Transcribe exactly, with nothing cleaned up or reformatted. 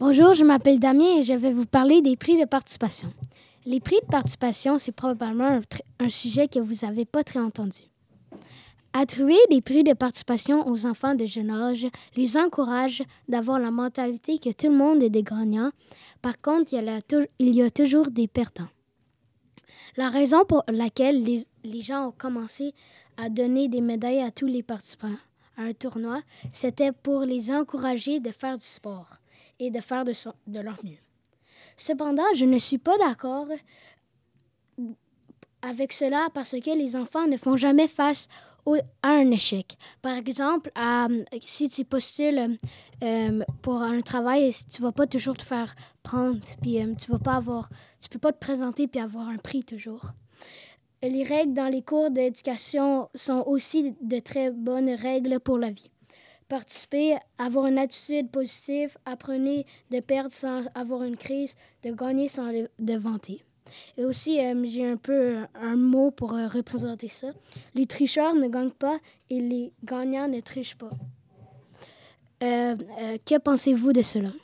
Bonjour, je m'appelle Damien et je vais vous parler des prix de participation. Les prix de participation, c'est probablement un, tr- un sujet que vous n'avez pas très entendu. Attribuer des prix de participation aux enfants de jeune âge les encourage d'avoir la mentalité que tout le monde est des gagnants. Par contre, il y a, la tou- il y a toujours des perdants. La raison pour laquelle les, les gens ont commencé à donner des médailles à tous les participants à un tournoi, c'était pour les encourager de faire du sport et de faire de, son- de leur mieux. Cependant, je ne suis pas d'accord avec cela parce que les enfants ne font jamais face au- à un échec. Par exemple, à- si tu postules euh, pour un travail, tu ne vas pas toujours te faire prendre, puis euh, tu vas pas avoir, tu peux pas te présenter puis avoir un prix toujours. Les règles dans les cours d'éducation sont aussi de très bonnes règles pour la vie. Participer, avoir une attitude positive, apprenez de perdre sans avoir une crise, de gagner sans le, de vanter. Et aussi, euh, j'ai un peu euh, un mot pour euh, représenter ça. Les tricheurs ne gagnent pas et les gagnants ne trichent pas. Euh, euh, que pensez-vous de cela?